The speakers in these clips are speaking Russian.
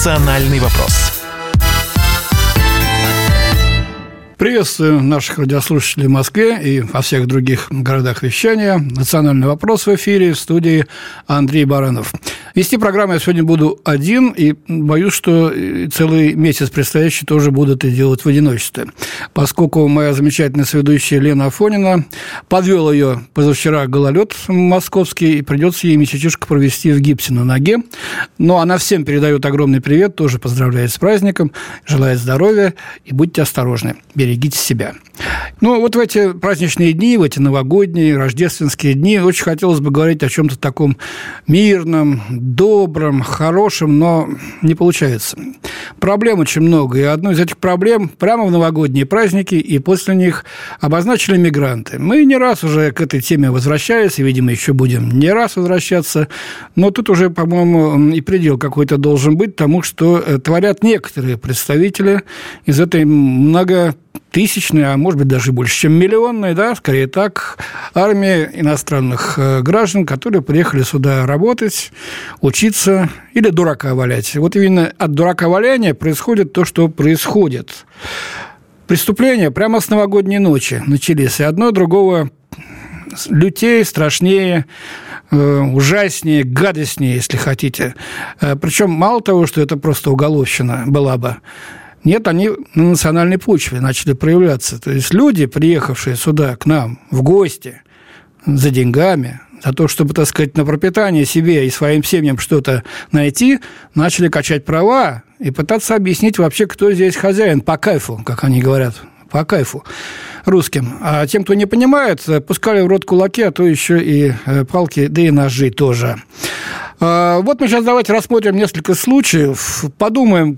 «Национальный вопрос». Приветствую наших радиослушателей в Москве и во всех других городах вещания. «Национальный вопрос» в эфире, в студии Андрей Баранов. Вести программу я сегодня буду один, и боюсь, что целый месяц предстоящий тоже буду это делать в одиночестве, поскольку моя замечательная соведущая Лена Афонина подвел ее позавчера гололед московский, и придется ей месячишко провести в гипсе на ноге. Но она всем передает огромный привет, тоже поздравляет с праздником, желает здоровья, и будьте осторожны, берегите себя. Ну, вот в эти праздничные дни, в эти новогодние, рождественские дни очень хотелось бы говорить о чем-то таком мирном, добром, хорошем, но не получается. Проблем очень много, и одну из этих проблем прямо в новогодние праздники и после них обозначили мигранты. Мы не раз уже к этой теме возвращались, и, видимо, еще будем не раз возвращаться, но тут уже, по-моему, и предел какой-то должен быть тому, что творят некоторые представители из этой многотысячной, а может быть даже больше, чем миллионной, да, скорее так, армии иностранных граждан, которые приехали сюда работать, учиться или дурака валять. Вот именно от дурака валяния происходит то, что происходит. Преступления прямо с новогодней ночи начались, и одно другого лютее, страшнее, ужаснее, гадостнее, если хотите. Причем мало того, что это просто уголовщина была бы, нет, они на национальной почве начали проявляться. То есть люди, приехавшие сюда к нам в гости за деньгами, за то, чтобы, так сказать, на пропитание себе и своим семьям что-то найти, начали качать права и пытаться объяснить вообще, кто здесь хозяин, по кайфу, как они говорят, по кайфу русским. А тем, кто не понимает, пускали в рот кулаки, а то еще и палки, да и ножи тоже. Вот мы сейчас давайте рассмотрим несколько случаев, подумаем,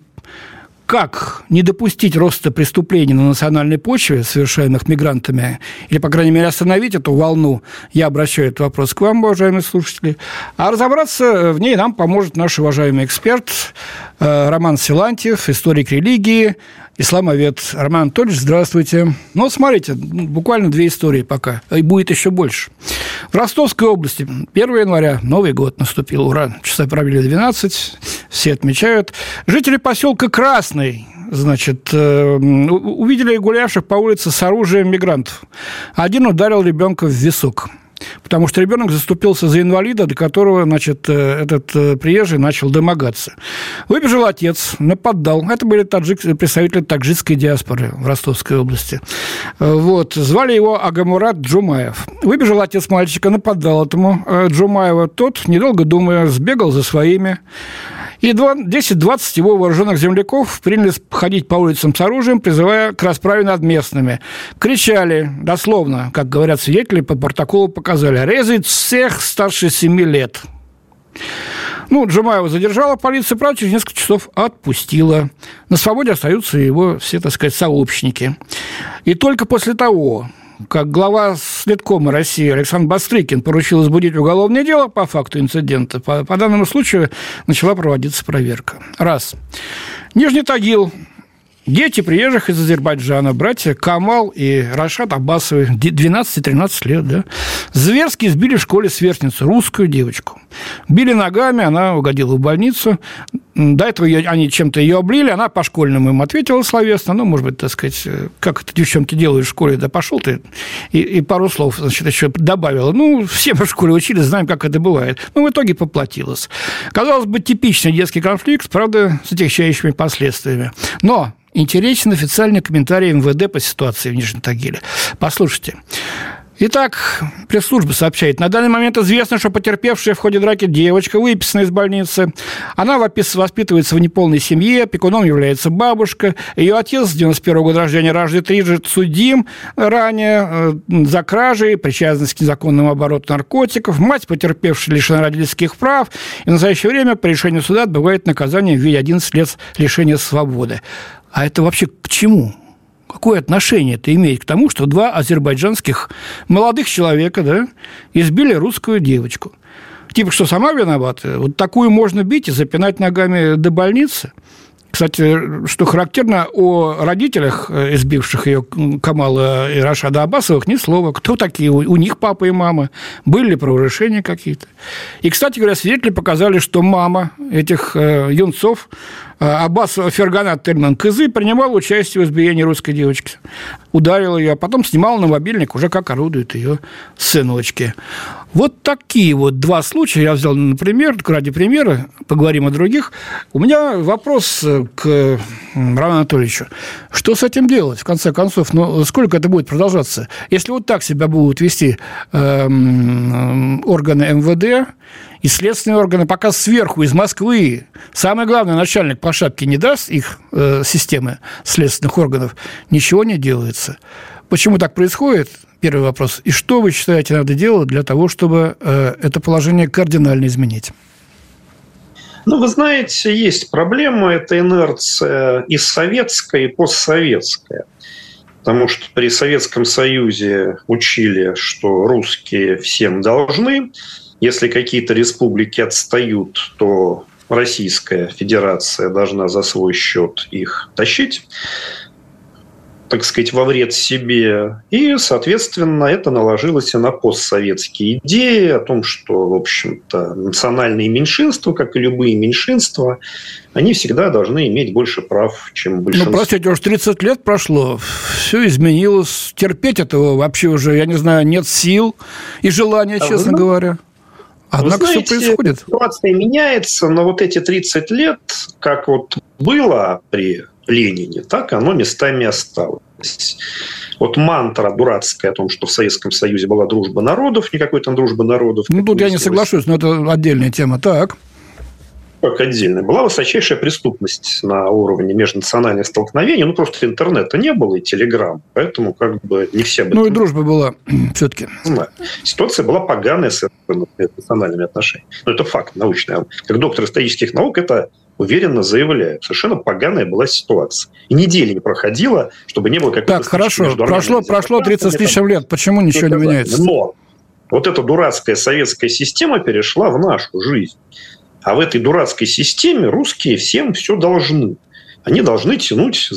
как не допустить роста преступлений на национальной почве, совершаемых мигрантами, или, по крайней мере, остановить эту волну. Я обращаю этот вопрос к вам, уважаемые слушатели. А разобраться в ней нам поможет наш уважаемый эксперт Роман Силантьев, историк религии, исламовед. Роман Анатольевич, здравствуйте. Ну, смотрите, буквально 2 истории пока, и будет еще больше. В Ростовской области 1 января Новый год наступил, ура, часа пробили 12, все отмечают. Жители поселка Красный, значит, увидели гулявших по улице с оружием мигрантов. Один ударил ребенка в висок, потому что ребенок заступился за инвалида, до которого, значит, этот приезжий начал домогаться. Выбежал отец, нападал. Это были представители таджикской диаспоры в Ростовской области. Вот. Звали его Агамурат Джумаев. Выбежал отец мальчика, нападал этому Джумаева. Тот, недолго думая, сбегал за своими. И 10-20 его вооруженных земляков принялись ходить по улицам с оружием, призывая к расправе над местными. Кричали, дословно, как говорят свидетели, по протоколу показали: «Резать всех старше 7 лет». Ну, Джумаева задержала полиция, правда, через несколько часов отпустила. На свободе остаются его все, так сказать, сообщники. И только после того, как глава Следкома России Александр Бастрыкин поручил возбудить уголовное дело по факту инцидента, по данному случаю начала проводиться проверка. Раз. Нижний Тагил. Дети приезжих из Азербайджана, братья Камал и Рашад Аббасовы, 12-13 лет, да, зверски избили в школе сверстницу, русскую девочку. Били ногами, она угодила в больницу. До этого они чем-то ее облили, она по-школьному им ответила словесно. Ну, может быть, так сказать, как это девчонки делают в школе, да пошел ты, и пару слов, значит, еще добавила. Ну, все мы в школе учились, знаем, как это бывает. Ну, в итоге поплатилась. Казалось бы, типичный детский конфликт, правда, с отягчающими последствиями. Но интересен официальный комментарий МВД по ситуации в Нижнем Тагиле. Послушайте. Итак, пресс-служба сообщает: на данный момент известно, что потерпевшая в ходе драки девочка выписана из больницы. Она воспитывается в неполной семье, опекуном является бабушка. Ее отец с 91 года рождения, ранее трижды судим ранее за кражи, причастность к незаконному обороту наркотиков. Мать потерпевшей лишена родительских прав, и в настоящее время по решению суда отбывает наказание в виде 11 лет лишения свободы. А это вообще к чему? Какое отношение это имеет к тому, что 2 азербайджанских молодых человека, да, избили русскую девочку? Типа, что сама виновата? Вот такую можно бить и запинать ногами до больницы? Кстати, что характерно, о родителях, избивших ее, Камала и Рашада Аббасовых, ни слова. Кто такие? У них папа и мама? Были ли правонарушения какие-то? И, кстати говоря, свидетели показали, что мама этих юнцов Аббас Ферганат Тельман-Кызы принимал участие в избиении русской девочки. Ударил ее, а потом снимал на мобильник уже, как орудуют ее сыночки. Вот такие вот два случая я взял, например, ради примера, поговорим о других. У меня вопрос к Роману Анатольевичу. Что с этим делать, в конце концов? Ну, сколько это будет продолжаться? Если вот так себя будут вести органы МВД и следственные органы, пока сверху, из Москвы, самый главный начальник по шапке не даст их системы следственных органов, ничего не делается. Почему так происходит? Первый вопрос. И что, вы считаете, надо делать для того, чтобы это положение кардинально изменить? Ну, вы знаете, есть проблема. Это инерция и советская, и постсоветская. Потому что при Советском Союзе учили, что русские всем должны. Если какие-то республики отстают, то Российская Федерация должна за свой счет их тащить, так сказать, во вред себе. И, соответственно, это наложилось и на постсоветские идеи о том, что, в общем-то, национальные меньшинства, как и любые меньшинства, они всегда должны иметь больше прав, чем большинство. Ну, простите, уже 30 лет прошло, все изменилось. Терпеть этого вообще уже, я не знаю, нет сил и желания, честно говоря. Однако все происходит. Ситуация меняется, но вот эти 30 лет, как вот было при Ленине, так оно местами осталось. Вот мантра дурацкая о том, что в Советском Союзе была дружба народов, никакой там дружбы народов. Ну, тут я не соглашусь, но это отдельная тема. Так. Как отдельная. Была высочайшая преступность на уровне межнациональных столкновений. Ну, просто интернета не было и телеграм. Поэтому как бы не все об этом... Ну, и дружба была все-таки. Ситуация была поганая с национальными отношениями. Но это факт научный. Как доктор исторических наук это уверенно заявляю. Совершенно поганая была ситуация. И недели не проходило, чтобы не было какой-то... Так, хорошо. Прошло 30 с лишним лет. Почему ничего не меняется? Но вот эта дурацкая советская система перешла в нашу жизнь. А в этой дурацкой системе русские всем все должны. Они должны тянуть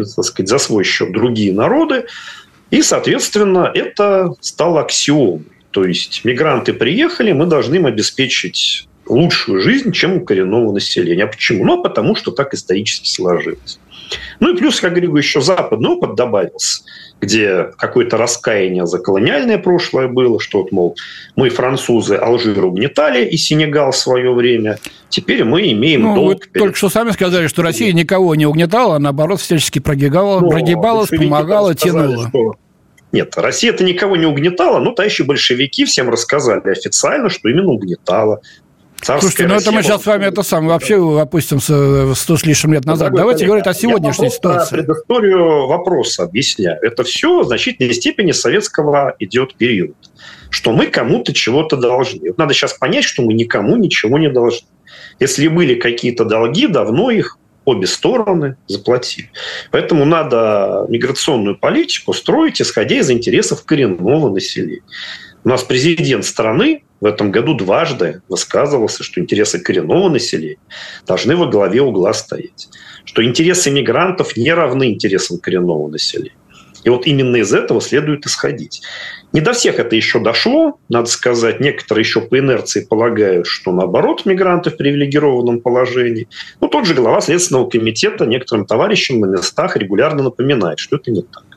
за свой счет другие народы. И, соответственно, это стало аксиомой. То есть мигранты приехали, мы должны им обеспечить лучшую жизнь, чем у коренного населения. А почему? Ну, потому что так исторически сложилось. Ну и плюс, как говорю, еще западный опыт добавился, где какое-то раскаяние за колониальное прошлое было, что вот, мол, мы, французы, Алжир угнетали и Сенегал в свое время, теперь мы имеем долг... Вы только что сами сказали, что Россия никого не угнетала, а наоборот всячески прогибалась, помогала, тянула. Нет, Россия это никого не угнетала, но товарищи большевики всем рассказали официально, что именно угнетала. Слушайте, ну это мы сейчас с вами вообще опустимся 100 с лишним лет назад. Давайте говорить о сегодняшней ситуации. Я предысторию вопроса объясняю. Это все в значительной степени советского идет период. Что мы кому-то чего-то должны. Вот надо сейчас понять, что мы никому ничего не должны. Если были какие-то долги, давно их обе стороны заплатили. Поэтому надо миграционную политику строить, исходя из интересов коренного населения. У нас президент страны в этом году дважды высказывался, что интересы коренного населения должны во главе угла стоять. Что интересы мигрантов не равны интересам коренного населения. И вот именно из этого следует исходить. Не до всех это еще дошло, надо сказать. Некоторые еще по инерции полагают, что наоборот мигранты в привилегированном положении. Но тот же глава Следственного комитета некоторым товарищам на местах регулярно напоминает, что это не так.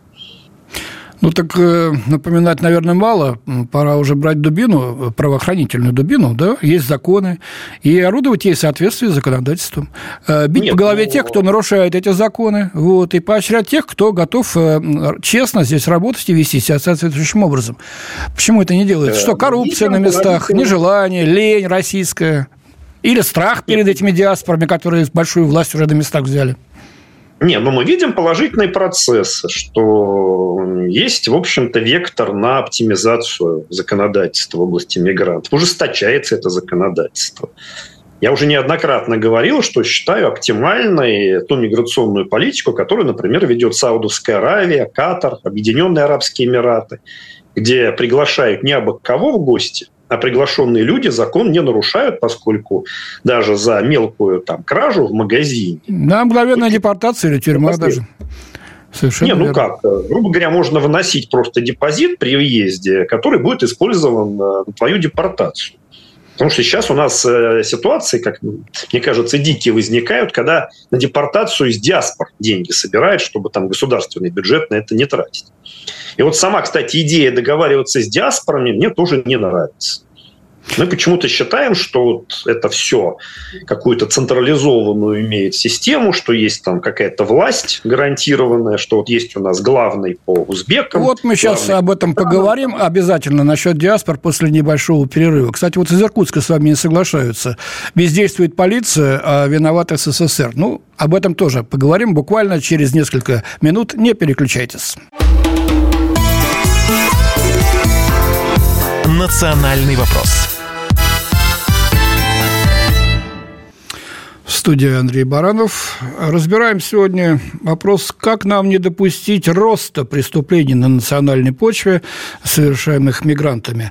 Ну, так напоминать, наверное, мало. Пора уже брать дубину, правоохранительную дубину, да? Есть законы. И орудовать ей в соответствии с законодательством. Бить по голове тех, кто нарушает эти законы. Вот, и поощрять тех, кто готов честно здесь работать и вести себя соответствующим образом. Почему это не делается? Что, коррупция на местах, нежелание, лень российская? Или страх перед этими диаспорами, которые большую власть уже на местах взяли? Не, но мы видим положительные процессы, что есть, в общем-то, вектор на оптимизацию законодательства в области мигрантов. Ужесточается это законодательство. Я уже неоднократно говорил, что считаю оптимальной ту миграционную политику, которую, например, ведет Саудовская Аравия, Катар, Объединенные Арабские Эмираты, где приглашают не абы кого в гости, а приглашенные люди закон не нарушают, поскольку даже за мелкую там кражу в магазине... Да, мгновенная депортация или тюрьма даже. Совершенно не, ну верно. как? Грубо говоря, можно выносить просто депозит при въезде, который будет использован на твою депортацию. Потому что сейчас у нас ситуации, как мне кажется, дикие возникают, когда на депортацию из диаспор деньги собирают, чтобы там государственный бюджет на это не тратить. И вот сама, кстати, идея договариваться с диаспорами мне тоже не нравится. Мы почему-то считаем, что вот это все какую-то централизованную имеет систему, что есть там какая-то власть гарантированная, что вот есть у нас главный по узбекам. Вот мы сейчас об этом поговорим обязательно насчет диаспор после небольшого перерыва. Кстати, вот из Иркутска с вами не соглашаются. Бездействует полиция, а виноват СССР. Ну, об этом тоже поговорим буквально через несколько минут. Не переключайтесь. «Национальный вопрос». В студии Андрей Баранов. Разбираем сегодня вопрос, как нам не допустить роста преступлений на национальной почве, совершаемых мигрантами.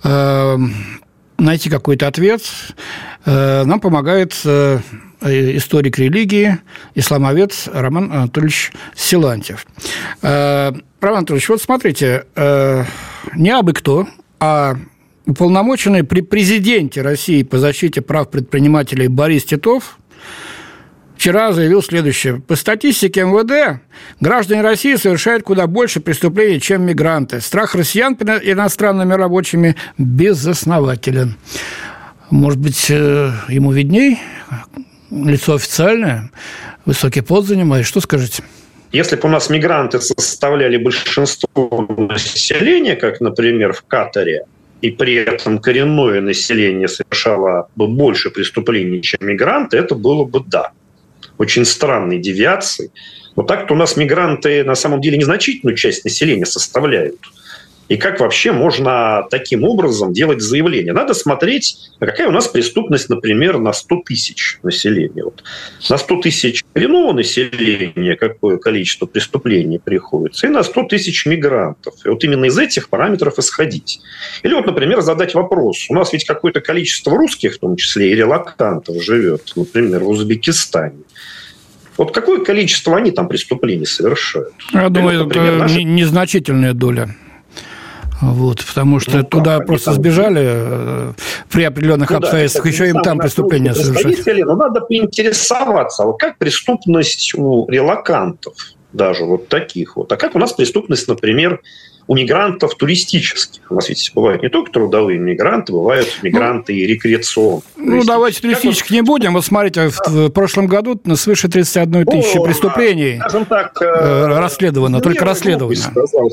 Найти какой-то ответ нам помогает историк религии, исламовед Роман Анатольевич Силантьев. Роман Анатольевич, вот смотрите, не абы кто, а уполномоченный при президенте России по защите прав предпринимателей Борис Титов вчера заявил следующее. По статистике МВД, граждане России совершают куда больше преступлений, чем мигранты. Страх россиян перед иностранными рабочими безоснователен. Может быть, ему видней? Лицо официальное, высокий пост занимает. Что скажете? Если бы у нас мигранты составляли большинство населения, как, например, в Катаре, и при этом коренное население совершало бы больше преступлений, чем мигранты, это было бы да. Очень странной девиацией. Но так-то у нас мигранты на самом деле незначительную часть населения составляют. И как вообще можно таким образом делать заявление? Надо смотреть, какая у нас преступность, например, на 100 тысяч населения. Вот. На 100 тысяч коренного населения какое количество преступлений приходится, и на 100 тысяч мигрантов. И вот именно из этих параметров исходить. Или вот, например, задать вопрос. У нас ведь какое-то количество русских, в том числе и релокантов, живет, например, в Узбекистане. Вот какое количество они там преступлений совершают? Я думаю, это незначительная доля. Вот, потому что туда просто сбежали при определенных обстоятельствах, еще им там преступления совершать. Но надо поинтересоваться, вот как преступность у релокантов, даже вот таких вот, а как у нас преступность, например, у мигрантов туристических. У нас ведь бывают не только трудовые мигранты, бывают мигранты и рекреационные. Ну, давайте туристических не будем. Вот смотрите, в прошлом году свыше 31 тысячи преступлений расследовано, только расследовано.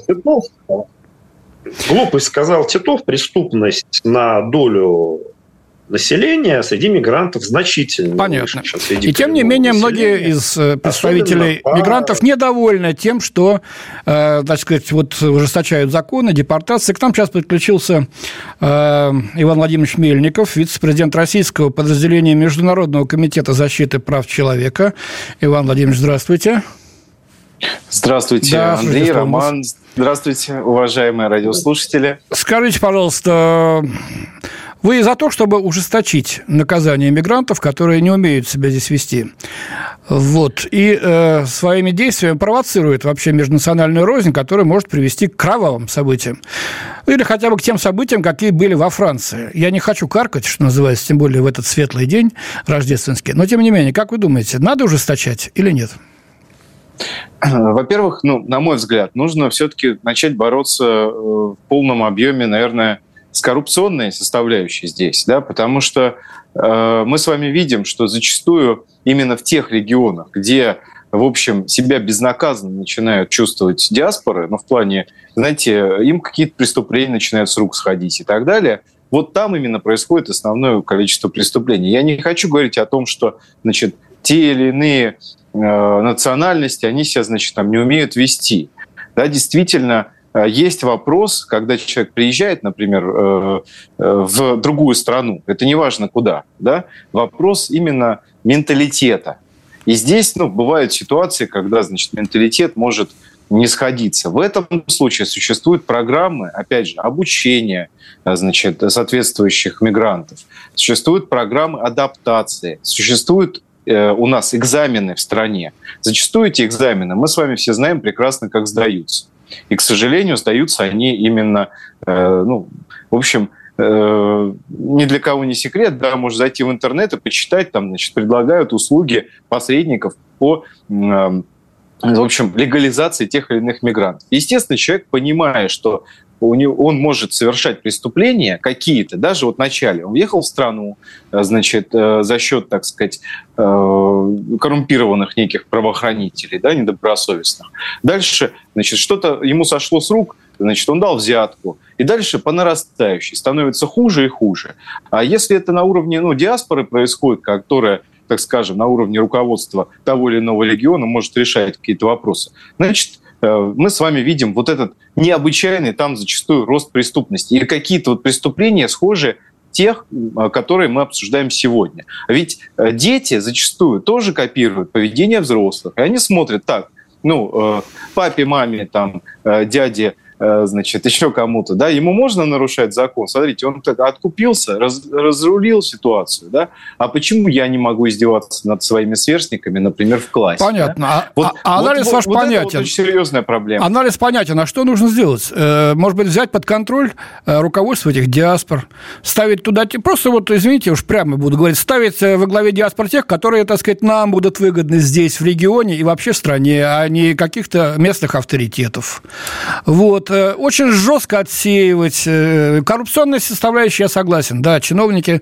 Глупость сказал Титов, преступность на долю населения среди мигрантов значительно понятно. Выше, чем среди и тем не менее, многие из представителей мигрантов недовольны тем, что, так сказать, вот ужесточают законы, депортации. К нам сейчас подключился Иван Владимирович Мельников, вице-президент российского подразделения Международного комитета защиты прав человека. Иван Владимирович, здравствуйте. Здравствуйте, да, Андрей, Роман. Здравствуйте, уважаемые радиослушатели. Скажите, пожалуйста, вы за то, чтобы ужесточить наказание мигрантов, которые не умеют себя здесь вести, вот, и своими действиями провоцируют вообще межнациональную рознь, которая может привести к кровавым событиям? Или хотя бы к тем событиям, какие были во Франции. Я не хочу каркать, что называется, тем более в этот светлый день рождественский. Но, тем не менее, как вы думаете, надо ужесточать или нет? Во-первых, на мой взгляд, нужно все-таки начать бороться в полном объеме, наверное, с коррупционной составляющей здесь, да, потому что мы с вами видим, что зачастую именно в тех регионах, где, в общем, себя безнаказанно начинают чувствовать диаспоры, в плане, знаете, им какие-то преступления начинают с рук сходить и так далее, вот там именно происходит основное количество преступлений. Я не хочу говорить о том, что, значит, те или иные национальности, они себя, значит, там не умеют вести. Да, действительно, есть вопрос, когда человек приезжает, например, в другую страну, это не важно куда, да, вопрос именно менталитета. И здесь, бывают ситуации, когда, значит, менталитет может не сходиться. В этом случае существуют программы, опять же, обучения, значит, соответствующих мигрантов, существуют программы адаптации, существуют у нас экзамены в стране. Зачастую эти экзамены, мы с вами все знаем прекрасно, как сдаются. И, к сожалению, сдаются они именно, в общем, ни для кого не секрет, да, можно зайти в интернет и почитать, там, значит, предлагают услуги посредников по, в общем, легализации тех или иных мигрантов. Естественно, человек, понимая, что он может совершать преступления какие-то, даже вот в начале. Он въехал в страну, значит, за счет, так сказать, коррумпированных неких правоохранителей, да, недобросовестных. Дальше, значит, что-то ему сошло с рук, значит, он дал взятку. И дальше по нарастающей становится хуже и хуже. А если это на уровне, диаспоры происходит, которая, так скажем, на уровне руководства того или иного региона может решать какие-то вопросы, значит, мы с вами видим вот этот необычайный там зачастую рост преступности. И какие-то вот преступления схожие тех, которые мы обсуждаем сегодня. Ведь дети зачастую тоже копируют поведение взрослых. И они смотрят так, папе, маме, там, дяде, значит, еще кому-то, да, ему можно нарушать закон? Смотрите, он откупился, разрулил ситуацию, да, а почему я не могу издеваться над своими сверстниками, например, в классе? Понятно. Да? Анализ ваш понятен. Это очень серьезная проблема. Анализ понятен. А что нужно сделать? Может быть, взять под контроль руководство этих диаспор, ставить туда, просто вот, извините, уж прямо буду говорить, ставить во главе диаспор тех, которые, так сказать, нам будут выгодны здесь, в регионе и вообще в стране, а не каких-то местных авторитетов. Вот. Очень жестко отсеивать. Коррупционная составляющая, я согласен. Да, чиновники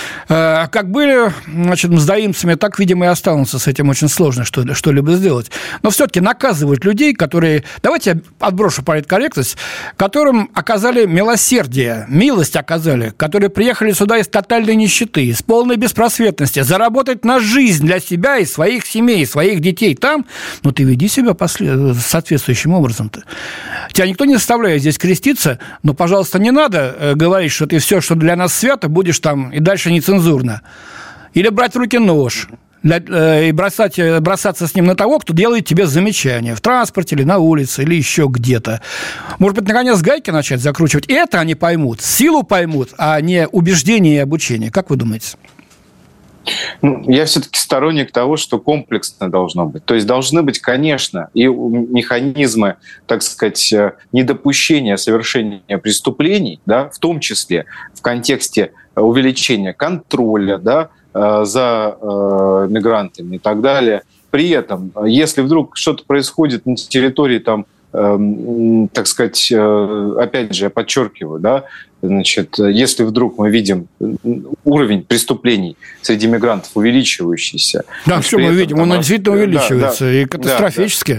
как были, значит, мздоимцами, так, видимо, и останутся. С этим очень сложно что-либо сделать. Но все-таки наказывать людей, которые... Давайте я отброшу политкорректность, которым оказали милосердие, милость оказали, которые приехали сюда из тотальной нищеты, из полной беспросветности, заработать на жизнь для себя и своих семей, своих детей там, ты веди себя соответствующим образом-то. Тебя никто не заставляет здесь креститься, но, пожалуйста, не надо говорить, что ты все, что для нас свято, будешь там и дальше нецензурно. Или брать в руки нож и бросаться с ним на того, кто делает тебе замечания в транспорте или на улице, или еще где-то. Может быть, наконец, гайки начать закручивать. И это они поймут, силу поймут, а не убеждение и обучение. Как вы думаете? Я все-таки сторонник того, что комплексно должно быть. То есть должны быть, конечно, и механизмы, так сказать, недопущения совершения преступлений, да, в том числе в контексте увеличения контроля, да, за мигрантами и так далее. При этом, если вдруг что-то происходит на территории там, так сказать, опять же, я подчеркиваю, да, значит, если вдруг мы видим уровень преступлений среди мигрантов увеличивающийся... Да, что мы видим, он действительно увеличивается, и катастрофически.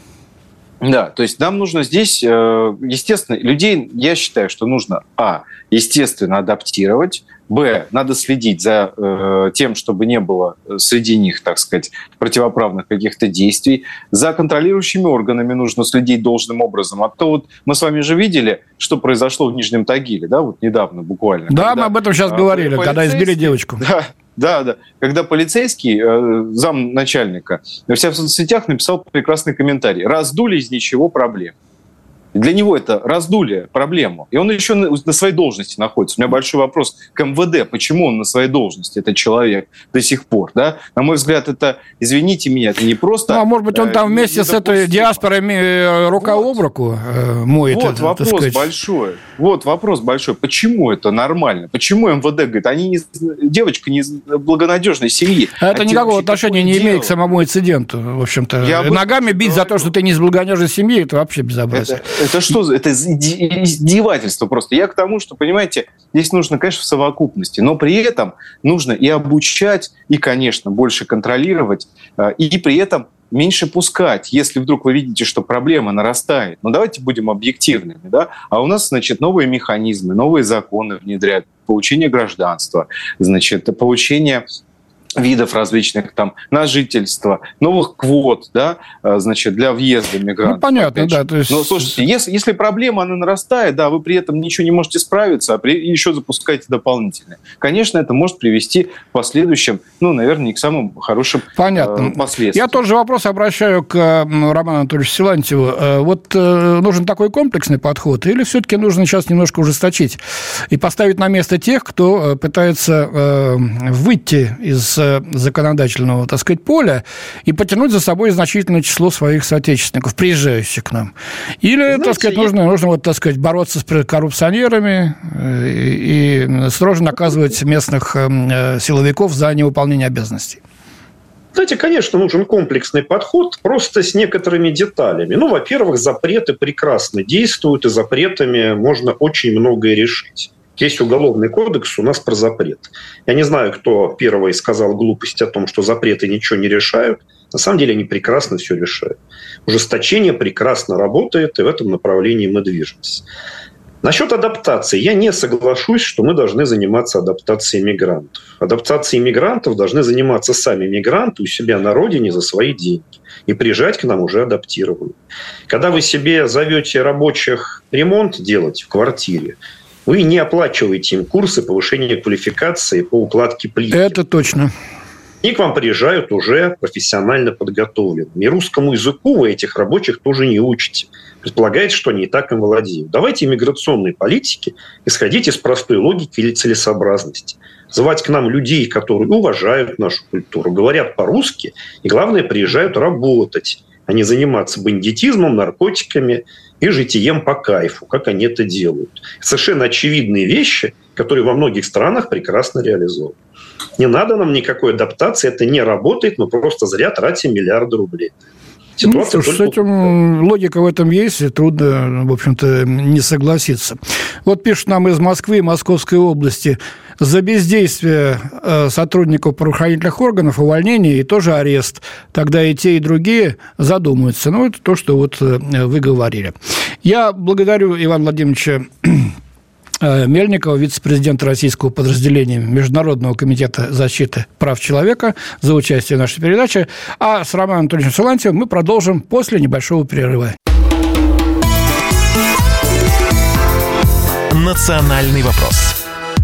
Да, то есть нам нужно здесь, естественно, людей, я считаю, что нужно, естественно, адаптировать, надо следить за тем, чтобы не было среди них, так сказать, противоправных каких-то действий. За контролирующими органами нужно следить должным образом. А то вот мы с вами же видели, что произошло в Нижнем Тагиле, да, вот недавно буквально. Да, мы об этом сейчас говорили, когда избили девочку. Да. Когда полицейский, замначальника, в соцсетях написал прекрасный комментарий. Раздули из ничего проблем. Для него это раздули проблему. И он еще на своей должности находится. У меня большой вопрос к МВД. Почему он на своей должности, этот человек, до сих пор? Да? На мой взгляд, это, извините меня, это не просто... может быть, он там вместе с этой диаспорой рука об руку моет. Вот это, вопрос большой. Вот вопрос большой. Почему это нормально? Почему МВД говорит, девочка не из благонадежной семьи? Это никакого отношения не имеет к самому инциденту. В общем-то, ногами бить за то, что ты не из благонадежной семьи, это вообще безобразие. Это что? Это издевательство просто. Я к тому, что, понимаете, здесь нужно, конечно, в совокупности, но при этом нужно и обучать, и, конечно, больше контролировать, и при этом меньше пускать, если вдруг вы видите, что проблема нарастает. Давайте будем объективными, да? А у нас, значит, новые механизмы, новые законы внедряют, получение гражданства, значит, получение видов различных там на жительство, новых квот, да, значит, для въезда мигрантов. Понятно, да. То есть... Но слушайте, если проблема, она нарастает, да, вы при этом ничего не можете справиться, а еще запускаете дополнительные. Конечно, это может привести в последующем, наверное, не к самым хорошим последствиям. Я тот же вопрос обращаю к Роману Анатольевичу Силантьеву. Вот нужен такой комплексный подход, или все-таки нужно сейчас немножко ужесточить и поставить на место тех, кто пытается выйти из с законодательного, так сказать, поля и потянуть за собой значительное число своих соотечественников, приезжающих к нам. Или, знаете, так сказать, нужно вот, так сказать, бороться с коррупционерами и строже наказывать местных силовиков за невыполнение обязанностей. Знаете, конечно, нужен комплексный подход, просто с некоторыми деталями. Ну, во-первых, запреты прекрасно действуют, и запретами можно очень многое решить. Есть Уголовный кодекс у нас про запрет. Я не знаю, кто первый сказал глупость о том, что запреты ничего не решают. На самом деле они прекрасно все решают. Ужесточение прекрасно работает, и в этом направлении мы движемся. Насчет адаптации. Я не соглашусь, что мы должны заниматься адаптацией мигрантов. Адаптацией мигрантов должны заниматься сами мигранты у себя на родине за свои деньги. И приезжать к нам уже адаптированные. Когда вы себе зовете рабочих ремонт делать в квартире, вы не оплачиваете им курсы повышения квалификации по укладке плитки. Это точно. И к вам приезжают уже профессионально подготовленными. И русскому языку вы этих рабочих тоже не учите. Предполагается, что они и так им владеют. Давайте миграционной политики исходить из простой логики или целесообразности. Звать к нам людей, которые уважают нашу культуру, говорят по-русски, и, главное, приезжают работать, а не заниматься бандитизмом, наркотиками и житием по кайфу, как они это делают. Совершенно очевидные вещи, которые во многих странах прекрасно реализованы. Не надо нам никакой адаптации, это не работает, мы просто зря тратим миллиарды рублей. Ситуация с этим логика в этом есть, и трудно, в общем-то, не согласиться. Вот пишут нам из Москвы и Московской области: за бездействие сотрудников правоохранительных органов увольнение и тоже арест. Тогда и те, и другие задумаются. Ну, это то, что вот вы говорили. Я благодарю Ивана Владимировича Мельникова, вице-президента российского подразделения Международного комитета защиты прав человека, за участие в нашей передаче. А с Романом Анатольевичем Силантьевым мы продолжим после небольшого перерыва. «Национальный вопрос».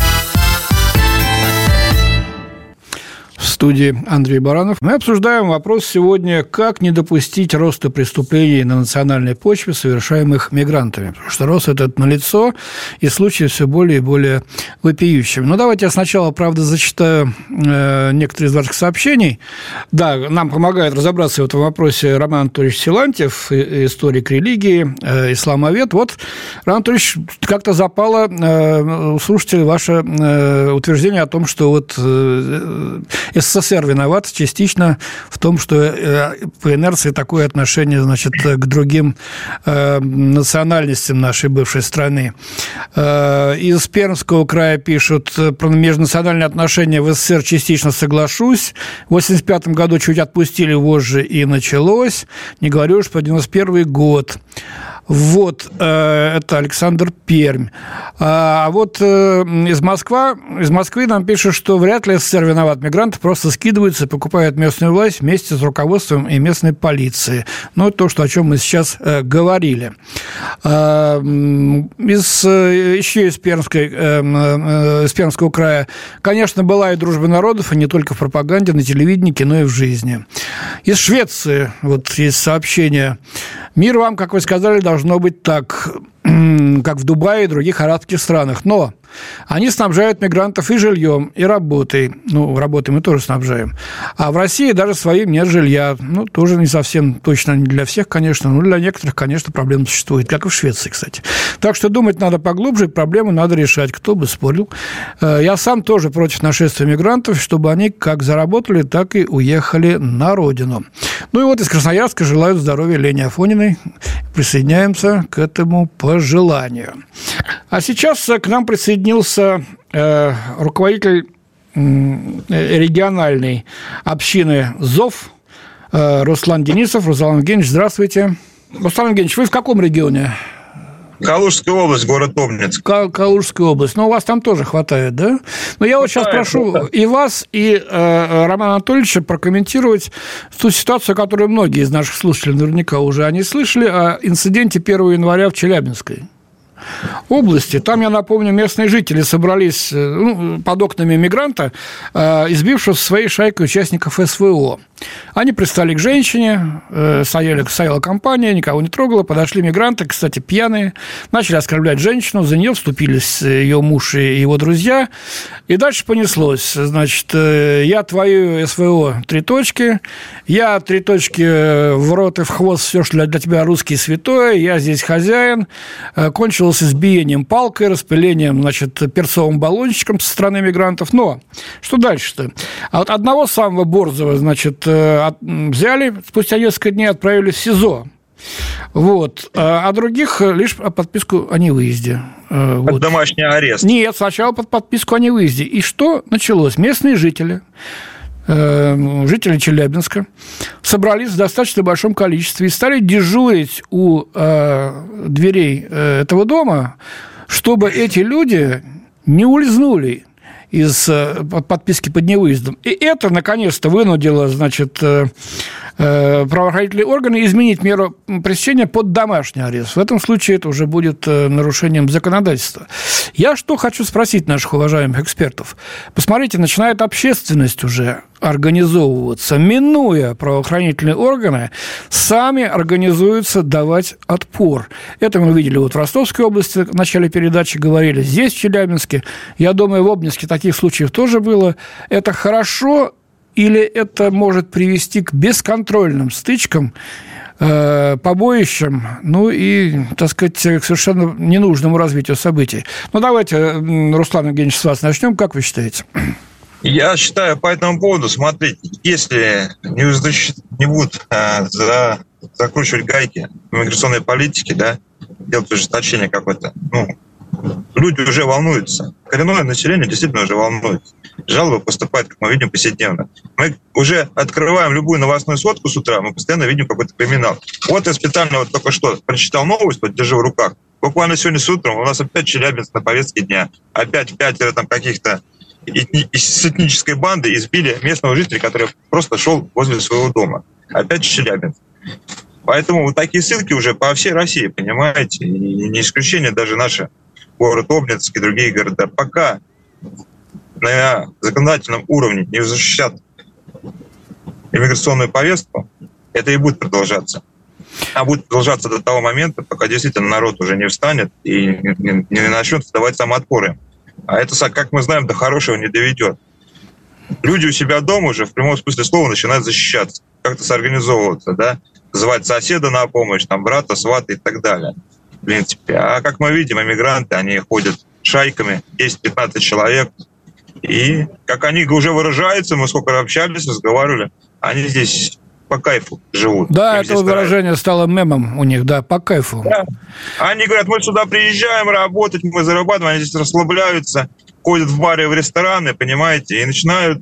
В студии Андрей Баранов. Мы обсуждаем вопрос сегодня, как не допустить роста преступлений на национальной почве, совершаемых мигрантами. Потому что рост этот налицо, и случаи все более и более вопиющими. Но давайте я сначала, правда, зачитаю некоторые из ваших сообщений. Да, нам помогает разобраться в этом вопросе Роман Анатольевич Силантьев, историк религии, исламовед. Вот, Роман Анатольевич, как-то запало у слушателей ваше утверждение о том, что вот СССР виноват частично в том, что по инерции такое отношение, значит, к другим национальностям нашей бывшей страны. Из Пермского края пишут: про межнациональные отношения в СССР частично соглашусь. В 1985 году чуть отпустили вожжи, и началось. Не говорю уж про 1991 год. Вот, это Александр, Пермь. А вот из Москвы нам пишут, что вряд ли СССР виноват. Мигранты просто скидываются и покупают местную власть вместе с руководством и местной полицией. Ну, то, о чем мы сейчас говорили. Еще из Пермского края, конечно, была и дружба народов, и не только в пропаганде, на телевидении, но и в жизни. Из Швеции вот есть сообщение: мир вам, как вы сказали, должно быть так, как в Дубае и других арабских странах. Но они снабжают мигрантов и жильем, и работой. Ну, работой мы тоже снабжаем. А в России даже своим нет жилья. Ну, тоже не совсем точно, не для всех, конечно, но для некоторых, конечно, проблема существует, как и в Швеции, кстати. Так что думать надо поглубже, проблему надо решать, кто бы спорил. Я сам тоже против нашествия мигрантов, чтобы они как заработали, так и уехали на родину. Ну и вот из Красноярска желаю здоровья Лене Афониной. Присоединяемся к этому пожеланию. А сейчас к нам присоединился руководитель региональной общины ЗОВ Руслан Денисов. Руслан Евгеньевич, здравствуйте. Руслан Евгеньевич, вы в каком регионе? Калужская область, город Обнинск. Калужская область. Но у вас там тоже хватает, да? Но я вот сейчас прошу и вас, и Романа Анатольевича прокомментировать ту ситуацию, которую многие из наших слушателей наверняка уже они слышали, о инциденте 1 января в Челябинской. области. Там, я напомню, местные жители собрались под окнами мигранта, избившего со своей шайкой участников СВО. Они пристали к женщине, стояла компания, никого не трогала, подошли мигранты, кстати, пьяные, начали оскорблять женщину, за нее вступились ее муж и его друзья, и дальше понеслось. Значит, я твою СВО 3 точки, я 3 точки в рот и в хвост, все, что для тебя русский святой, я здесь хозяин. Кончилось избиением палкой, распылением, значит, перцовым баллончиком со стороны мигрантов. Но что дальше-то? А вот одного самого борзого, значит, взяли, спустя несколько дней отправили в СИЗО. Вот. А других лишь под подписку о невыезде. Под домашний арест. Нет, сначала под подписку о невыезде. И что началось? Местные жители Челябинска собрались в достаточно большом количестве и стали дежурить у дверей этого дома, чтобы эти люди не улизнули из подписки под невыездом. И это, наконец-то, вынудило, значит, правоохранительные органы изменить меру пресечения под домашний арест. В этом случае это уже будет нарушением законодательства. Я что хочу спросить наших уважаемых экспертов. Посмотрите, начинает общественность уже организовываться, минуя правоохранительные органы, сами организуются давать отпор. Это мы видели вот в Ростовской области, в начале передачи говорили, здесь, в Челябинске. Я думаю, в Обнинске таких случаев тоже было. Это хорошо или это может привести к бесконтрольным стычкам, побоищам, ну и, так сказать, к совершенно ненужному развитию событий? Ну, давайте, Руслан Евгеньевич, с вас начнем. Как вы считаете? Я считаю по этому поводу, смотрите, если не будут закручивать гайки в миграционной политике, да, делать ужесточение какое-то, люди уже волнуются. Коренное население действительно уже волнуется. Жалобы поступают, как мы видим, повседневно. Мы уже открываем любую новостную сводку с утра, мы постоянно видим какой-то криминал. Вот я специально вот только что прочитал новость, вот держу в руках. Буквально сегодня с утром у нас опять Челябинск на повестке дня. Опять 5 там каких-то с этнической банды избили местного жителя, который просто шел возле своего дома. Опять Челябинск. Поэтому вот такие ссылки уже по всей России, понимаете, и не исключение даже наши город Обнинск и другие города. Пока на законодательном уровне не защищат иммиграционную повестку, это и будет продолжаться. А будет продолжаться до того момента, пока действительно народ уже не встанет и не начнет давать самоотпоры. А это, как мы знаем, до хорошего не доведет. Люди у себя дома уже в прямом смысле слова начинают защищаться, как-то соорганизовываться, да, звать соседа на помощь, там, брата, свата и так далее. В принципе. А как мы видим, иммигранты, они ходят шайками, 10-15 человек. И, как они уже выражаются, мы сколько общались, разговаривали, они здесь по кайфу живут. Да, это выражение стало мемом у них, да, по кайфу. Да. Они говорят, мы сюда приезжаем работать, мы зарабатываем, они здесь расслабляются, ходят в бары, в рестораны, понимаете, и начинают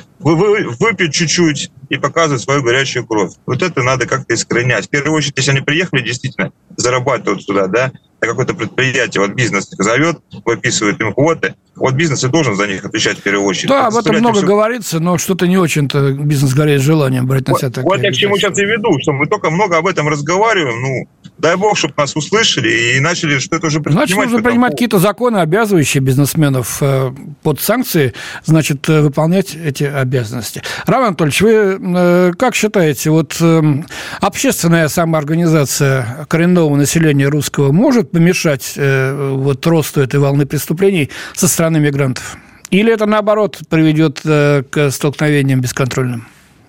выпить чуть-чуть и показывать свою горячую кровь. Вот это надо как-то искоренять. В первую очередь, если они приехали действительно зарабатывать сюда, да, на какое-то предприятие, вот бизнес их зовет, выписывает им квоты, вот бизнес и должен за них отвечать в первую очередь. Да, об этом много говорится, но что-то не очень-то бизнес горит желанием брать на себя такое. Вот я к чему сейчас и веду, что мы только много об этом разговариваем, дай бог, чтобы нас услышали и начали что-то уже предпринимать. Значит, нужно принимать какие-то законы, обязывающие бизнесменов под санкции, значит, выполнять эти обязанности. Роман Анатольевич, вы как считаете, вот общественная самоорганизация коренного населения русского может помешать вот росту этой волны преступлений со стороны мигрантов? Или это, наоборот, приведет к столкновениям бесконтрольным?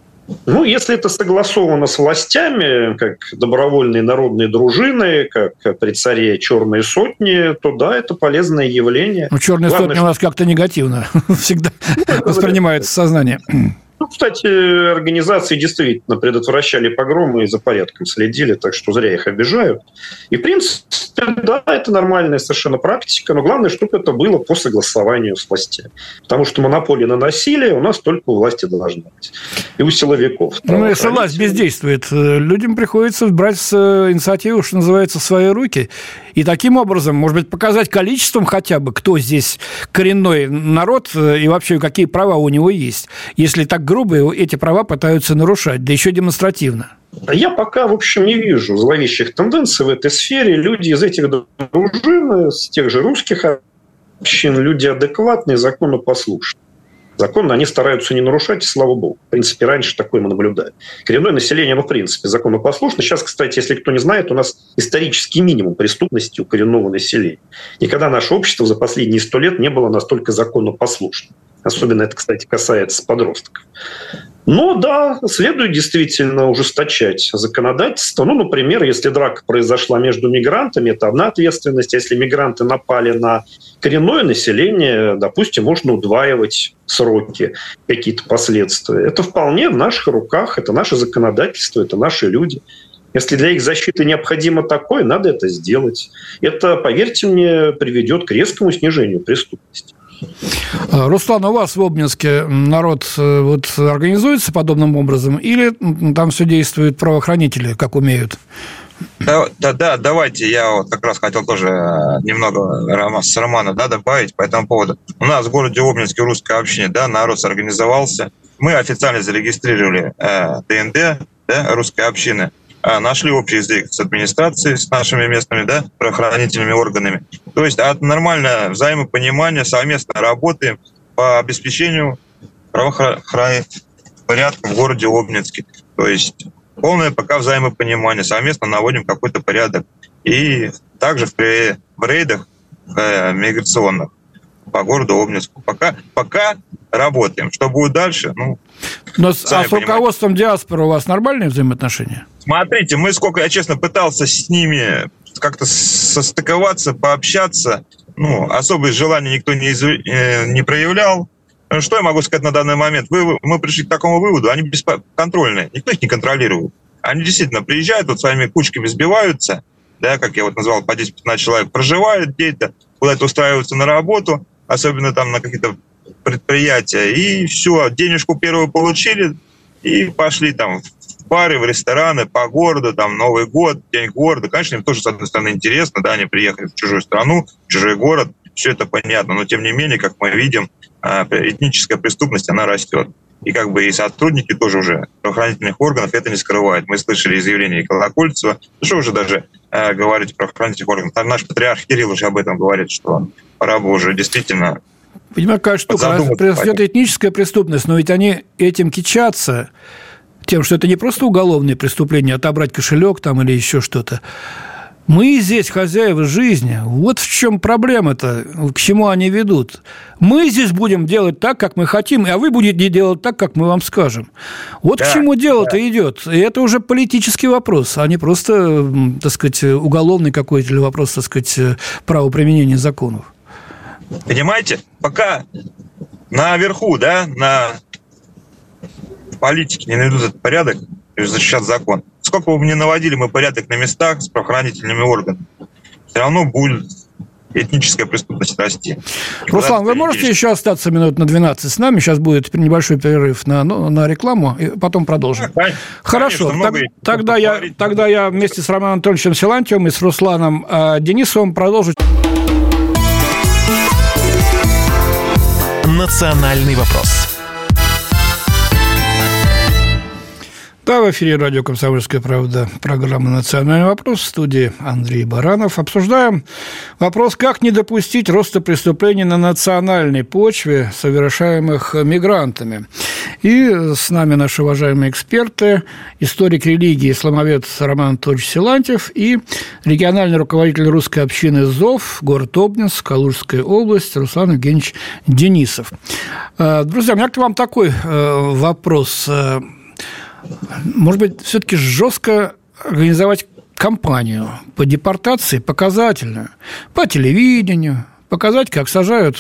Если это согласовано с властями, как добровольные народные дружины, как при царе черные сотни, то да, это полезное явление. Черные сотни у нас как-то негативно всегда воспринимается в сознании. Кстати, организации действительно предотвращали погромы и за порядком следили, так что зря их обижают. И, в принципе, да, это нормальная совершенно практика, но главное, чтобы это было по согласованию с властями. Потому что монополия на насилие у нас только у власти должна быть. И у силовиков. Если власть бездействует, людям приходится брать инициативу, что называется, в свои руки. И таким образом, может быть, показать количеством хотя бы, кто здесь коренной народ и вообще какие права у него есть. Если так грубо эти права пытаются нарушать, да еще демонстративно. Я пока, в общем, не вижу зловещих тенденций в этой сфере. Люди из этих дружин, с тех же русских общин, люди адекватные, законопослушные. Закон они стараются не нарушать, и слава богу. В принципе, раньше такое мы наблюдали. Коренное население, в принципе, законопослушно. Сейчас, кстати, если кто не знает, у нас исторический минимум преступности у коренного населения. Никогда наше общество за последние 100 лет не было настолько законопослушным. Особенно это, кстати, касается подростков. Но да, следует действительно ужесточать законодательство. Ну, например, если драка произошла между мигрантами, это одна ответственность. Если мигранты напали на коренное население, допустим, можно удваивать сроки, какие-то последствия. Это вполне в наших руках, это наше законодательство, это наши люди. Если для их защиты необходимо такое, надо это сделать. Это, поверьте мне, приведет к резкому снижению преступности. Руслан, у вас в Обнинске народ вот организуется подобным образом или там все действуют правоохранители, как умеют? Да, давайте, я вот как раз хотел тоже немного с Романа добавить по этому поводу. У нас в городе Обнинске русской общине, народ сорганизовался. Мы официально зарегистрировали ДНД, русской общины. Нашли общий язык с администрацией, с нашими местными правоохранительными органами. То есть нормальное взаимопонимание, совместно работаем по обеспечению правоохранительного порядка в городе Обнинске. То есть полное пока взаимопонимание, совместно наводим какой-то порядок. И также в рейдах миграционных по городу Обнинску. Пока работаем. Что будет дальше? Но с руководством диаспоры у вас нормальные взаимоотношения? Смотрите, я честно пытался с ними как-то состыковаться, пообщаться. Особое желание никто не проявлял. Что я могу сказать на данный момент? Мы пришли к такому выводу, они бесконтрольные, никто их не контролирует. Они действительно приезжают, своими кучками сбиваются, как я назвал, по 10-15 человек, проживают где-то, куда-то устраиваются на работу, особенно там на какие-то предприятия, и все, денежку первую получили, и пошли там в бары, в рестораны, по городу, там Новый год, День города. Конечно, им тоже, с одной стороны, интересно, они приехали в чужую страну, в чужой город, все это понятно, но тем не менее, как мы видим, этническая преступность, она растет. И и сотрудники тоже уже правоохранительных органов это не скрывают. Мы слышали изъявление Колокольцева, что уже даже говорить о правоохранительных органах. Там наш патриарх Кирилл уже об этом говорит, что пора бы уже действительно... Понимаете, какая штука, произойдет этническая преступность, но ведь они этим кичатся, тем, что это не просто уголовное преступление, отобрать кошелек там или еще что-то. Мы здесь хозяева жизни. Вот в чем проблема-то, к чему они ведут. Мы здесь будем делать так, как мы хотим, а вы будете делать так, как мы вам скажем. Вот к чему дело-то идет. И это уже политический вопрос, а не просто, уголовный какой-то или вопрос, правоприменения законов. Понимаете, пока наверху, на политике не найдут этот порядок и защищат закон, сколько бы мы ни наводили порядок на местах с правоохранительными органами, все равно будет этническая преступность расти. Руслан, вы можете еще остаться минут на 12 с нами? Сейчас будет небольшой перерыв на рекламу, и потом продолжим. Хорошо, тогда я вместе с Романом Анатольевичем Силантьевым и с Русланом Денисовым продолжу. «Национальный вопрос». Да, в эфире радио «Комсомольская правда», программа «Национальный вопрос», в студии Андрей Баранов. Обсуждаем вопрос, как не допустить роста преступлений на национальной почве, совершаемых мигрантами. И с нами наши уважаемые эксперты, историк религии, исламовед Роман Анатольевич Силантьев и региональный руководитель русской общины ЗОВ, город Обнинск, Калужская область, Руслан Евгеньевич Денисов. Друзья, у меня к вам такой вопрос. Может быть, все-таки жестко организовать кампанию по депортации, показательную, по телевидению, показать, как сажают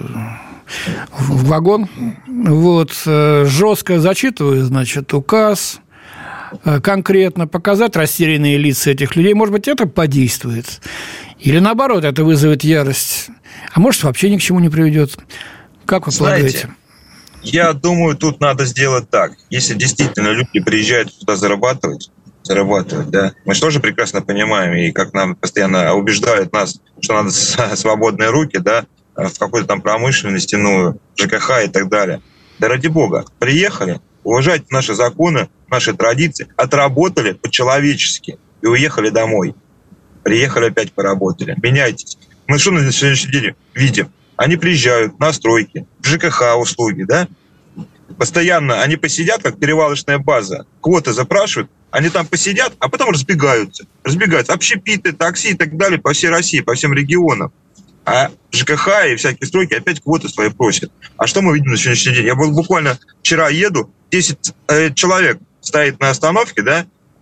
в вагон, жестко зачитываю, указ, конкретно показать растерянные лица этих людей. Может быть, это подействует. Или, наоборот, это вызовет ярость. А может, вообще ни к чему не приведет. Как вы полагаете? Я думаю, тут надо сделать так. Если действительно люди приезжают туда зарабатывать, мы же тоже прекрасно понимаем, и как нам постоянно убеждают нас, что надо свободные руки, в какой-то там промышленности, ЖКХ и так далее. Да ради бога, приехали, уважайте наши законы, наши традиции, отработали по-человечески и уехали домой. Приехали, опять поработали. Меняйтесь. Мы что на сегодняшний день видим? Они приезжают на стройки, в ЖКХ услуги, да? Постоянно они посидят, как перевалочная база, квоты запрашивают, они там посидят, а потом разбегаются. Общепиты, такси и так далее по всей России, по всем регионам. А ЖКХ и всякие стройки опять квоты свои просят. А что мы видим на сегодняшний день? Я буквально вчера еду, 10 человек стоит на остановке, да,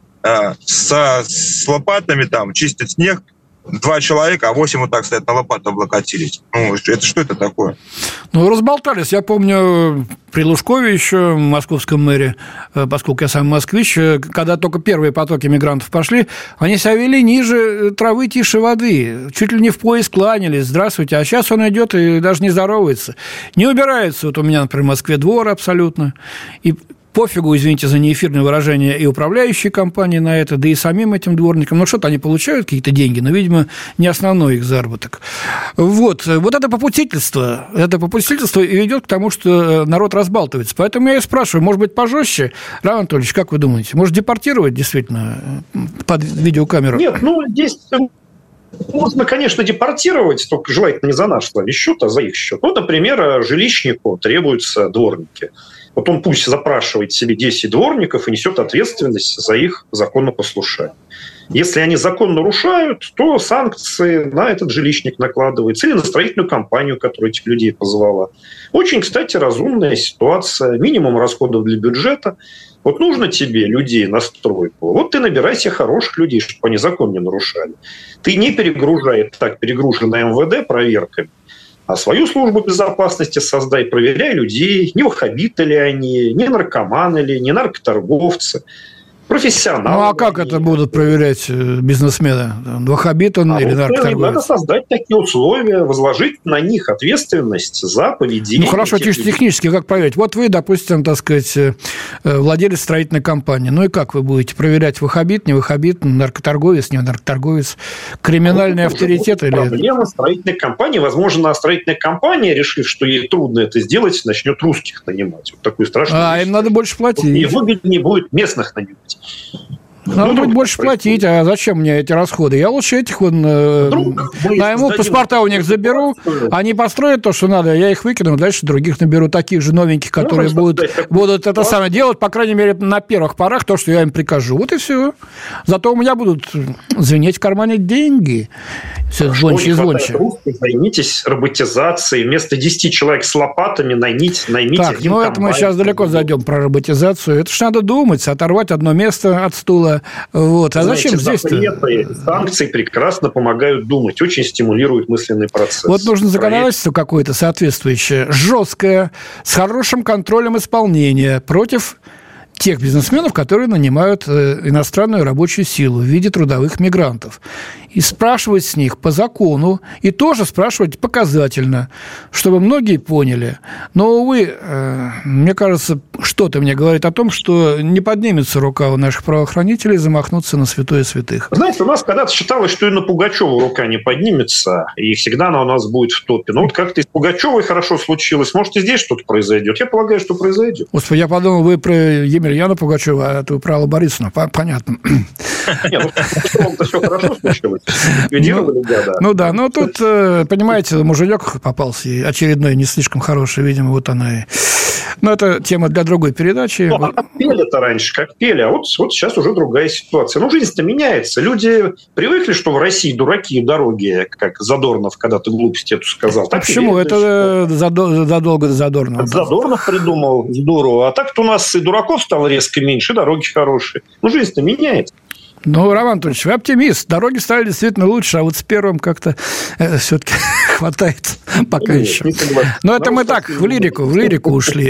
с лопатами там, чистят снег, 2 человека, а 8 вот так стоят на лопату, облокотились. Ну, что это такое? Ну, разболтались. Я помню, при Лужкове еще, в московском мэре, поскольку я сам москвич, когда только первые потоки мигрантов пошли, они себя вели ниже травы, тише воды. Чуть ли не в пояс кланялись. Здравствуйте. А сейчас он идет и даже не здоровается. Не убирается. Вот у меня, например, в Москве двор абсолютно. И пофигу, извините за неэфирное выражение, и управляющей компании на это, да и самим этим дворникам. Ну, что-то они получают какие-то деньги, но, видимо, не основной их заработок. Вот это попустительство и ведет к тому, что народ разбалтывается. Поэтому я и спрашиваю, может быть, пожестче? Равиль Анатольевич, как вы думаете, может депортировать действительно под видеокамеру? Нет, здесь... Можно, конечно, депортировать, только желательно не за наш с вами счет, а за их счет. Вот, например, жилищнику требуются дворники. Вот он пусть запрашивает себе 10 дворников и несет ответственность за их законопослушание. Если они закон нарушают, то санкции на этот жилищник накладываются или на строительную компанию, которая этих людей позвала. Очень, кстати, разумная ситуация. Минимум расходов для бюджета. Вот нужно тебе людей на стройку, вот ты набирай себе хороших людей, чтобы они закон не нарушали. Ты не перегружай так перегруженное МВД проверками, а свою службу безопасности создай, проверяй людей, не ваххабиты ли они, не наркоманы ли, не наркоторговцы, профессионалы. Ну, а как это будут проверять бизнесмены? Ваххабит он или наркоторговец? Надо создать такие условия, возложить на них ответственность за поведение. Ну, хорошо, чисто технически как проверять? Вот вы, допустим, так сказать, владелец строительной компании. Ну, и как вы будете проверять, ваххабит, не ваххабит, наркоторговец, не наркоторговец, криминальный авторитет? Или... Проблема строительной компании. Возможно, строительная компания, решив, что ей трудно это сделать, начнет русских нанимать. Вот такую страшную им надо больше платить. И выгоднее будет местных нанимать. Надо будет больше платить, а зачем мне эти расходы? Я лучше этих найму, паспорта у них заберу, они построят то, что надо, я их выкину, дальше других наберу, таких же новеньких, которые будут это самое делать, по крайней мере, на первых порах, то, что я им прикажу. Вот и все. Зато у меня будут звенеть в кармане деньги. Все звонче и звонче. Займитесь роботизацией. Вместо 10 человек с лопатами наймите так, один комбайн. Это мы сейчас далеко зайдем про роботизацию. Это ж надо думать, оторвать одно место от стула. Вот. А знаете, зачем здесь-то? Запреты, санкции прекрасно помогают думать, очень стимулируют мысленный процесс. Вот нужно законодательство какое-то соответствующее, жесткое, с хорошим контролем исполнения против тех бизнесменов, которые нанимают иностранную рабочую силу в виде трудовых мигрантов. И спрашивать с них по закону, и тоже спрашивать показательно, чтобы многие поняли. Но, увы, мне кажется, что-то мне говорит о том, что не поднимется рука у наших правоохранителей замахнуться на святое святых. Знаете, у нас когда-то считалось, что и на Пугачёва рука не поднимется, и всегда она у нас будет в топе. Но вот как-то и с Пугачёвой хорошо случилось. Может, и здесь что-то произойдет. Я полагаю, что произойдет. Господи, я подумал, вы про Емельяна Пугачева, а ты про Аллу Борисовну. Понятно. Нет, ну все хорошо случилось. Ну да, но тут, понимаете, муженек попался, и очередной не слишком хороший, видимо, вот она и... Но это тема для другой передачи. А как пели-то раньше, как пели, а вот сейчас уже другая ситуация. Ну, жизнь-то меняется. Люди привыкли, что в России дураки и дороги, как Задорнов когда-то глупость эту сказал. А почему? Это задолго до Задорнова. Задорнов придумал, здорово. А так-то у нас и дураков стало резко меньше, и дороги хорошие. Ну, жизнь-то меняется. Ну, Роман Анатольевич, вы оптимист. Дороги стали действительно луше, а вот с первым как-то все-таки хватает пока еще. Но это мы так, в лирику ушли.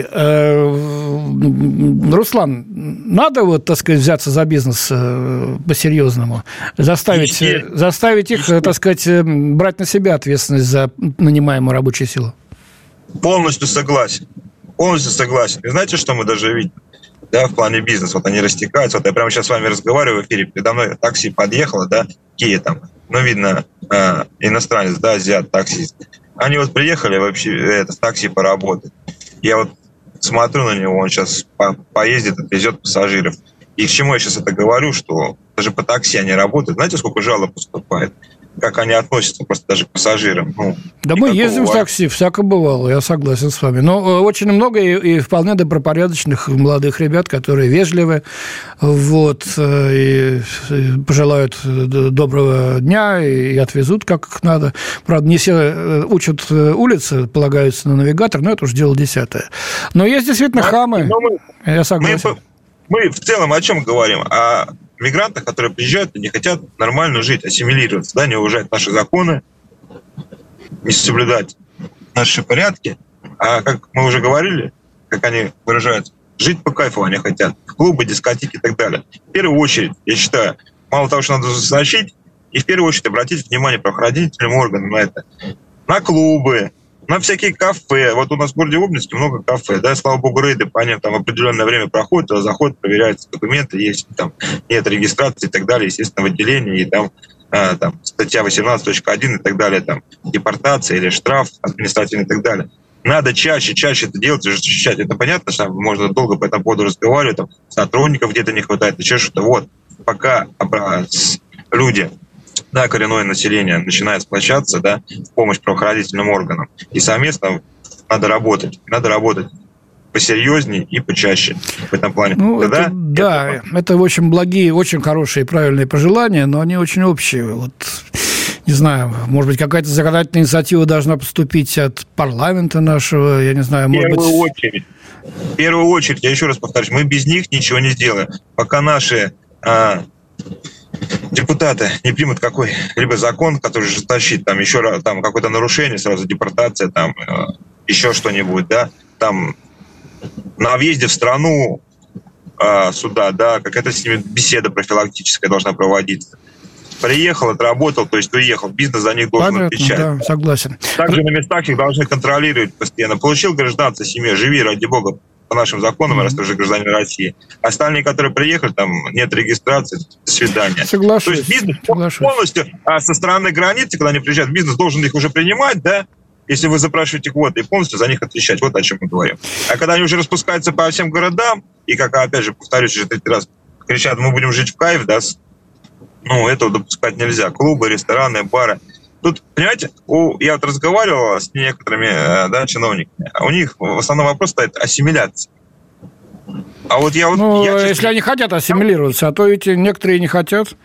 Руслан, надо, вот, так сказать, взяться за бизнес по-серьезному? Заставить их, так сказать, брать на себя ответственность за нанимаемую рабочую силу? Полностью согласен. И знаете, что мы даже видим? Да, в плане бизнеса, вот они растекаются. Вот я прямо сейчас с вами разговариваю в эфире, передо мной такси подъехало, да, Kia там, ну, видно, иностранец, да, азиат, таксист. Они вот приехали вообще в такси поработать. Я вот смотрю на него, он сейчас поездит, отвезет пассажиров. И к чему я сейчас это говорю, что даже по такси они работают. Знаете, сколько жалоб поступает? Как они относятся просто даже к пассажирам. Да мы ездим в такси, всяко бывало, я согласен с вами. Но очень много и вполне добропорядочных молодых ребят, которые вежливы, и пожелают доброго дня и отвезут как надо. Правда, не все учат улицы, полагаются на навигатор, но это уже дело десятое. Но есть действительно хамы, я согласен. Мы в целом о чем говорим? О мигрантах, которые приезжают и не хотят нормально жить, ассимилироваться, да, не уважать наши законы, не соблюдать наши порядки. А как мы уже говорили, как они выражаются, жить по кайфу они хотят, в клубы, дискотеки и так далее. В первую очередь, я считаю, мало того, что надо застрочить, и в первую очередь обратить внимание правоохранительным органам на это. На клубы, на всякие кафе. Вот у нас в городе Обнинске много кафе, да, слава богу, рейды по ним там определенное время проходят, заходят, проверяются документы, есть там нет регистрации и так далее, естественно, в отделении, и там статья 18.1 и так далее, там депортация или штраф административный и так далее. Надо чаще это делать, защищать. Это понятно, что можно долго по этому поводу разговаривать, там сотрудников где-то не хватает, еще что-то. Вот, пока люди, да, коренное население начинает сплочаться, да, в помощь правоохранительным органам. И совместно надо работать посерьезнее и почаще в этом плане. Это очень благие, очень хорошие и правильные пожелания, но они очень общие. Вот, не знаю, может быть, какая-то законодательная инициатива должна поступить от парламента нашего, я не знаю, может быть... В первую очередь, я еще раз повторюсь, мы без них ничего не сделаем. Пока наши депутаты не примут какой-либо закон, который жесточит, там еще раз, там какое-то нарушение, сразу депортация, там еще что-нибудь, да, там на въезде в страну сюда, да, какая-то с ними беседа профилактическая должна проводиться. Приехал, отработал, то есть уехал. Бизнес за них должен отвечать. Да, согласен. Также на местах их должны контролировать постоянно. Получил гражданство семье, живи, ради бога, по нашим законам, раз ты уже гражданин России. Остальные, которые приехали, там нет регистрации, до свидания. Соглашусь. То есть бизнес полностью со стороны границы, когда они приезжают, бизнес должен их уже принимать, да, если вы запрашиваете квоты, и полностью за них отвечать. Вот о чем мы говорим. А когда они уже распускаются по всем городам, и, как опять же, повторюсь уже третий раз, кричат, мы будем жить в кайф, да, этого допускать нельзя. Клубы, рестораны, бары. Тут, понимаете, я вот разговаривал с некоторыми чиновниками, а у них в основном вопрос стоит ассимиляция. А вот если они хотят ассимилироваться, а то ведь некоторые не хотят.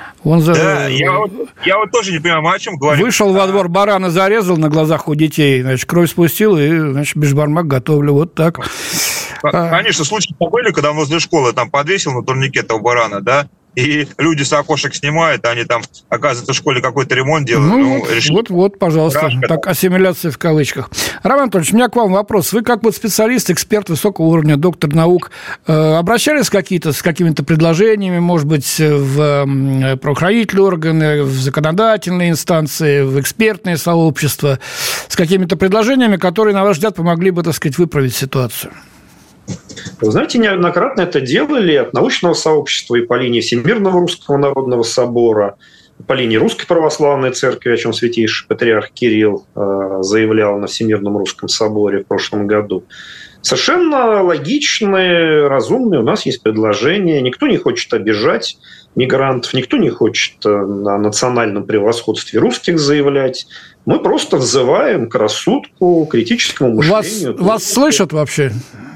Я вот тоже не понимаю, о чем говорю. Вышел во двор, барана зарезал на глазах у детей, значит, кровь спустил, и, значит, бешбармак готовлю. Вот так. Конечно, случаи были, когда он возле школы там подвесил на турнике этого барана, да, и люди с окошек снимают, они там, оказывается, в школе какой-то ремонт делают. Вот, пожалуйста, так, ассимиляция в кавычках. Роман Анатольевич, у меня к вам вопрос. Вы как специалист, эксперт высокого уровня, доктор наук, обращались с какими-то предложениями, может быть, в правоохранительные органы, в законодательные инстанции, в экспертные сообщества, с какими-то предложениями, которые, на ваш взгляд, помогли бы, так сказать, выправить ситуацию? Вы знаете, неоднократно это делали от научного сообщества и по линии Всемирного Русского Народного Собора, по линии Русской Православной Церкви, о чем святейший патриарх Кирилл заявлял на Всемирном Русском Соборе в прошлом году. Совершенно логичные, разумные у нас есть предложения. Никто не хочет обижать мигрантов, никто не хочет на национальном превосходстве русских заявлять. Мы просто взываем к рассудку, критическому мышлению. Вас слышат вообще?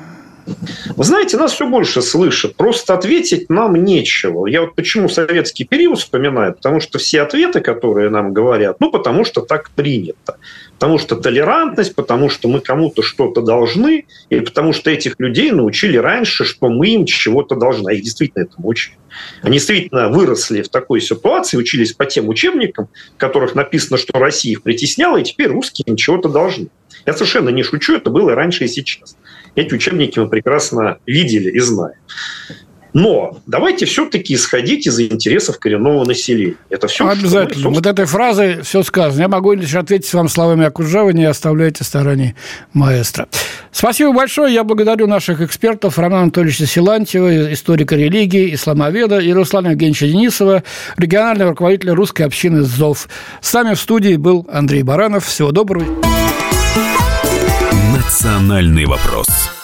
Вы знаете, нас все больше слышат. Просто ответить нам нечего. Я вот почему советский период вспоминаю, потому что все ответы, которые нам говорят, потому что так принято. Потому что толерантность, потому что мы кому-то что-то должны, и потому что этих людей научили раньше, что мы им чего-то должны. А их действительно этому учили. Они действительно выросли в такой ситуации, учились по тем учебникам, в которых написано, что Россия их притесняла, и теперь русские им чего-то должны. Я совершенно не шучу, это было и раньше, и сейчас. Эти учебники мы прекрасно видели и знаем. Но давайте все-таки исходить из интересов коренного населения. Это все, обязательно. Вот этой фразой все сказано. Я могу лишь ответить вам словами Акуджавы: не оставляйте стороне маэстро. Спасибо большое. Я благодарю наших экспертов: Романа Анатольевича Силантьева, историка религии, исламоведа, и Руслана Евгеньевича Денисова, регионального руководителя русской общины ЗОВ. С нами в студии был Андрей Баранов. Всего доброго. Национальный вопрос.